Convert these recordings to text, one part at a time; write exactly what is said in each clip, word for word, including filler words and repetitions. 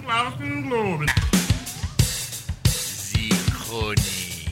Chronique.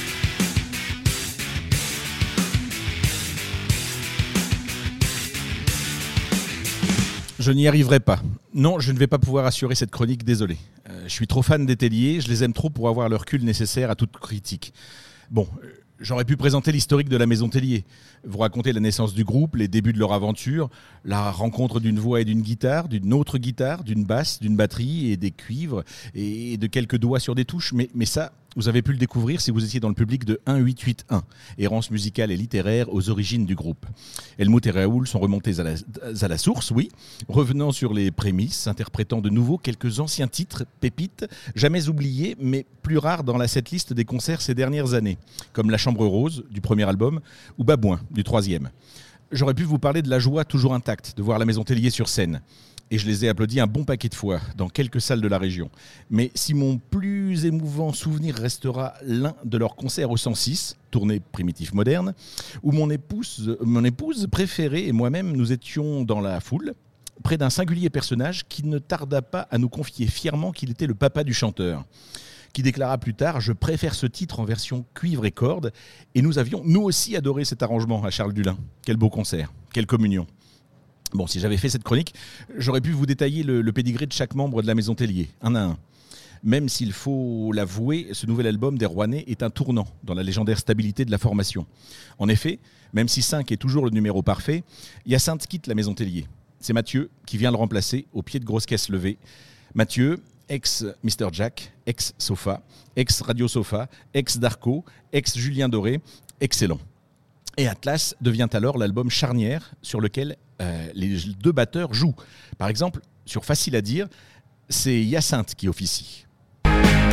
Je n'y arriverai pas. Non, je ne vais pas pouvoir assurer cette chronique, désolé. Euh, je suis trop fan des Tellier, je les aime trop pour avoir le recul nécessaire à toute critique. Bon, euh, j'aurais pu présenter l'historique de la maison Tellier, vous raconter la naissance du groupe, les débuts de leur aventure, la rencontre d'une voix et d'une guitare, d'une autre guitare, d'une basse, d'une batterie et des cuivres et de quelques doigts sur des touches, mais, mais ça... Vous avez pu le découvrir si vous étiez dans le public de un huit huit un, errance musicale et littéraire aux origines du groupe. Helmut et Raoul sont remontés à la, à la source, oui, revenant sur les prémices, interprétant de nouveau quelques anciens titres, pépites, jamais oubliés, mais plus rares dans la setlist des concerts ces dernières années, comme La Chambre Rose, du premier album, ou Babouin, du troisième. J'aurais pu vous parler de la joie toujours intacte de voir la maison Tellier sur scène. Et je les ai applaudis un bon paquet de fois dans quelques salles de la région. Mais si mon plus émouvant souvenir restera l'un de leurs concerts au cent six, tournée primitif moderne, où mon épouse, mon épouse préférée et moi-même nous étions dans la foule, près d'un singulier personnage qui ne tarda pas à nous confier fièrement qu'il était le papa du chanteur, qui déclara plus tard « Je préfère ce titre en version cuivre et cordes ». Et nous avions, nous aussi, adoré cet arrangement à Charles Dulin. Quel beau concert, quelle communion. Bon, si j'avais fait cette chronique, j'aurais pu vous détailler le, le pédigré de chaque membre de la maison Tellier, un à un. Même s'il faut l'avouer, ce nouvel album des Rouennais est un tournant dans la légendaire stabilité de la formation. En effet, même si cinq est toujours le numéro parfait, Hyacinthe quitte la maison Tellier. C'est Mathieu qui vient le remplacer au pied de grosse caisse levée. Mathieu, ex-Mister Jack, ex-Sofa, ex-Radio Sofa, ex-Darko, ex-Julien Doré, excellent. Et Atlas devient alors l'album charnière sur lequel euh, les deux batteurs jouent. Par exemple, sur Facile à dire, c'est Hyacinthe qui officie. Tout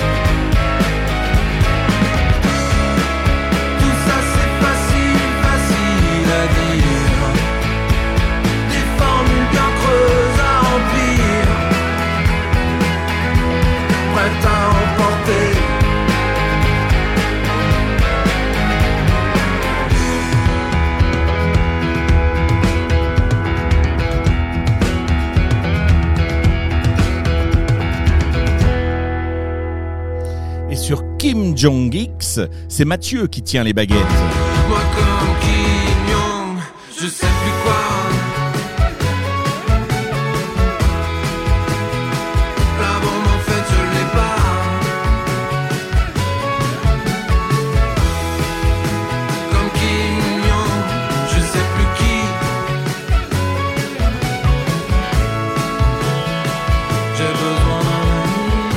ça c'est facile, facile à dire. Des formules bien creuses à remplir, prêtes à emporter. Et sur Kim Jong-X, c'est Mathieu qui tient les baguettes. Moi comme Kim Jong, je sais plus quoi. La bombe en fait je l'ai pas. Comme Kim Jong, je sais plus qui. J'ai besoin d'un ami.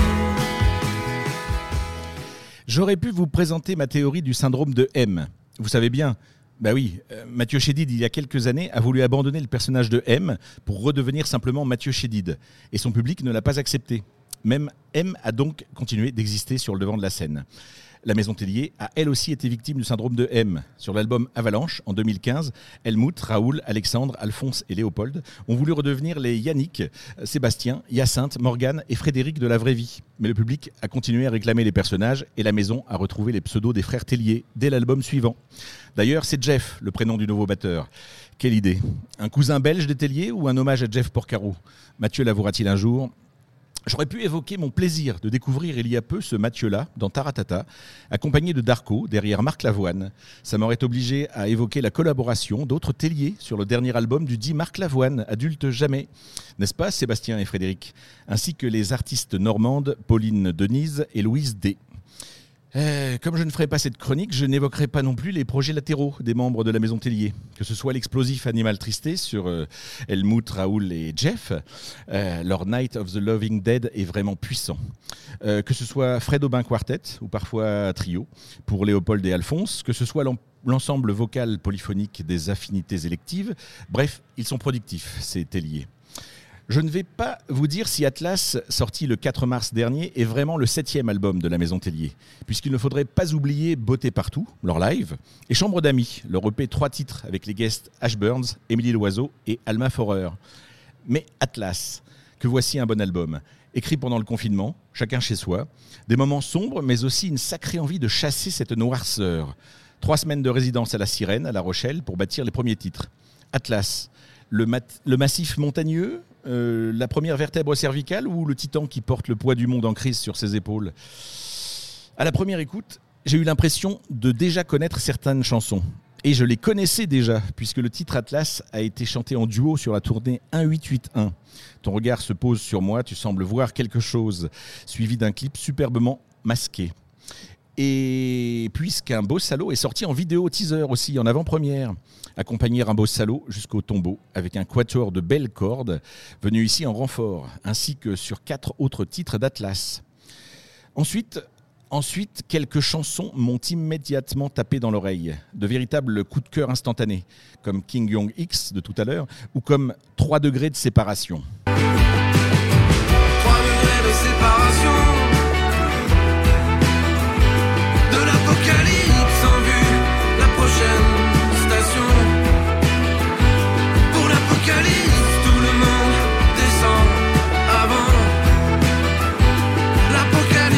J'aurais pu vous présenter ma théorie du syndrome de M. Vous savez bien, bah oui, euh, Mathieu Chédid, il y a quelques années, a voulu abandonner le personnage de M pour redevenir simplement Mathieu Chédid. Et son public ne l'a pas accepté. Même M a donc continué d'exister sur le devant de la scène. La maison Tellier a elle aussi été victime du syndrome de M. Sur l'album Avalanche, en deux mille quinze, Helmut, Raoul, Alexandre, Alphonse et Léopold ont voulu redevenir les Yannick, Sébastien, Hyacinthe, Morgane et Frédéric de la vraie vie. Mais le public a continué à réclamer les personnages et la maison a retrouvé les pseudos des frères Tellier dès l'album suivant. D'ailleurs, c'est Jeff, le prénom du nouveau batteur. Quelle idée. Un cousin belge des Tellier ou un hommage à Jeff Porcaro? Mathieu l'avouera-t-il un jour? J'aurais pu évoquer mon plaisir de découvrir il y a peu ce Mathieu-là dans Taratata, accompagné de Darko, derrière Marc Lavoine. Ça m'aurait obligé à évoquer la collaboration d'autres Tellier sur le dernier album du dit Marc Lavoine, Adulte jamais. N'est-ce pas, Sébastien et Frédéric? Ainsi que les artistes normandes Pauline Denise et Louise D. Euh, comme je ne ferai pas cette chronique, je n'évoquerai pas non plus les projets latéraux des membres de la maison Tellier. Que ce soit l'explosif Animal Tristé sur euh, Helmut, Raoul et Jeff, euh, leur Night of the Loving Dead est vraiment puissant. Euh, que ce soit Fred Aubin Quartet ou parfois trio pour Léopold et Alphonse, que ce soit l'en- l'ensemble vocal polyphonique des affinités électives, bref, ils sont productifs, ces Tellier. Je ne vais pas vous dire si Atlas, sorti le quatre mars dernier, est vraiment le septième album de la maison Tellier, puisqu'il ne faudrait pas oublier Beauté Partout, leur live, et Chambre d'amis, leur E P trois titres avec les guests Ash Burns, Émilie Loiseau et Alma Forer. Mais Atlas, que voici un bon album, écrit pendant le confinement, chacun chez soi, des moments sombres, mais aussi une sacrée envie de chasser cette noirceur. Trois semaines de résidence à la Sirène, à La Rochelle, pour bâtir les premiers titres. Atlas, le, mat- le massif montagneux Euh, la première vertèbre cervicale ou le titan qui porte le poids du monde en crise sur ses épaules? À la première écoute, j'ai eu l'impression de déjà connaître certaines chansons. Et je les connaissais déjà, puisque le titre Atlas a été chanté en duo sur la tournée un huit huit un. Ton regard se pose sur moi, tu sembles voir quelque chose, suivi d'un clip superbement masqué. Et puisqu'un beau salaud est sorti en vidéo teaser aussi, en avant-première, accompagner un beau salaud jusqu'au tombeau, avec un quatuor de belles cordes, venu ici en renfort, ainsi que sur quatre autres titres d'Atlas. Ensuite... Ensuite, quelques chansons m'ont immédiatement tapé dans l'oreille. De véritables coups de cœur instantanés, comme King Young X de tout à l'heure, ou comme trois degrés de séparation. trois degrés de séparation, de l'apocalypse en vue, la prochaine station. Pour l'apocalypse, tout le monde descend avant l'apocalypse.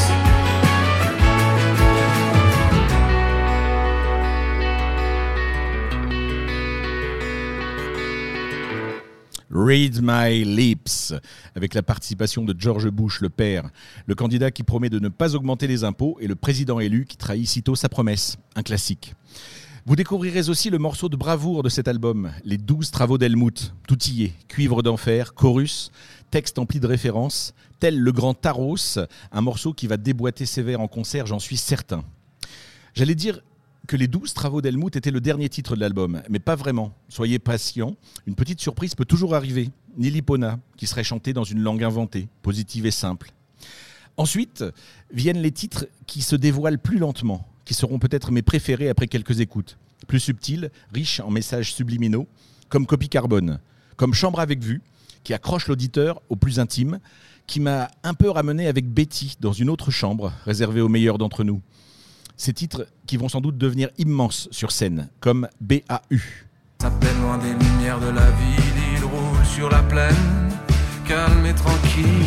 Read My Lips, avec la participation de George Bush, le père, le candidat qui promet de ne pas augmenter les impôts et le président élu qui trahit sitôt sa promesse, un classique. Vous découvrirez aussi le morceau de bravoure de cet album, les douze travaux d'Helmut, tout y est, cuivre d'enfer, chorus, texte empli de références, tel le grand Taros, un morceau qui va déboîter sévère en concert, j'en suis certain. J'allais dire que les douze travaux d'Helmut étaient le dernier titre de l'album, mais pas vraiment. Soyez patients, une petite surprise peut toujours arriver. Nilipona, qui serait chanté dans une langue inventée, positive et simple. Ensuite, viennent les titres qui se dévoilent plus lentement, qui seront peut-être mes préférés après quelques écoutes. Plus subtils, riches en messages subliminaux, comme Copie Carbone, comme Chambre avec vue, qui accroche l'auditeur au plus intime, qui m'a un peu ramené avec Betty dans une autre chambre, réservée aux meilleurs d'entre nous. Ces titres qui vont sans doute devenir immenses sur scène, comme B A U. S'appelle loin des lumières de la ville, il roule sur la plaine, calme et tranquille,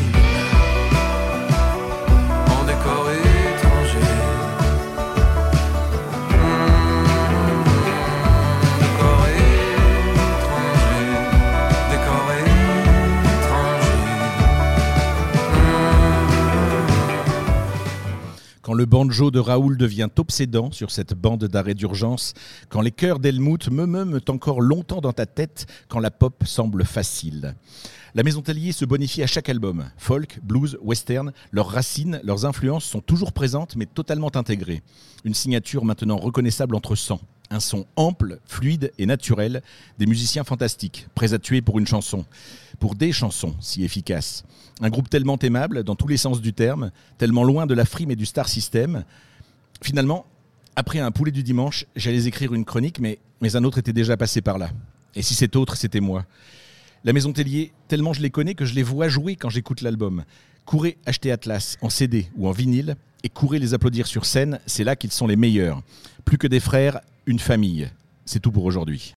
en décor étranger. Mmh, décor étranger, décor étranger. Mmh. Quand le banjo de Raoul devient obsédant sur cette bande d'arrêt d'urgence, quand les chœurs d'Helmut me meument encore longtemps dans ta tête, quand la pop semble facile. La Maison Tellier se bonifie à chaque album. Folk, blues, western, leurs racines, leurs influences sont toujours présentes mais totalement intégrées. Une signature maintenant reconnaissable entre cent. Un son ample, fluide et naturel, des musiciens fantastiques, prêts à tuer pour une chanson. Pour des chansons si efficaces. Un groupe tellement aimable dans tous les sens du terme, tellement loin de la frime et du star system. Finalement, après un poulet du dimanche, j'allais écrire une chronique, mais, mais un autre était déjà passé par là. Et si cet autre, c'était moi. La Maison Tellier, tellement je les connais que je les vois jouer quand j'écoute l'album. Courez acheter Atlas en C D ou en vinyle et courez les applaudir sur scène, c'est là qu'ils sont les meilleurs. Plus que des frères, une famille. C'est tout pour aujourd'hui.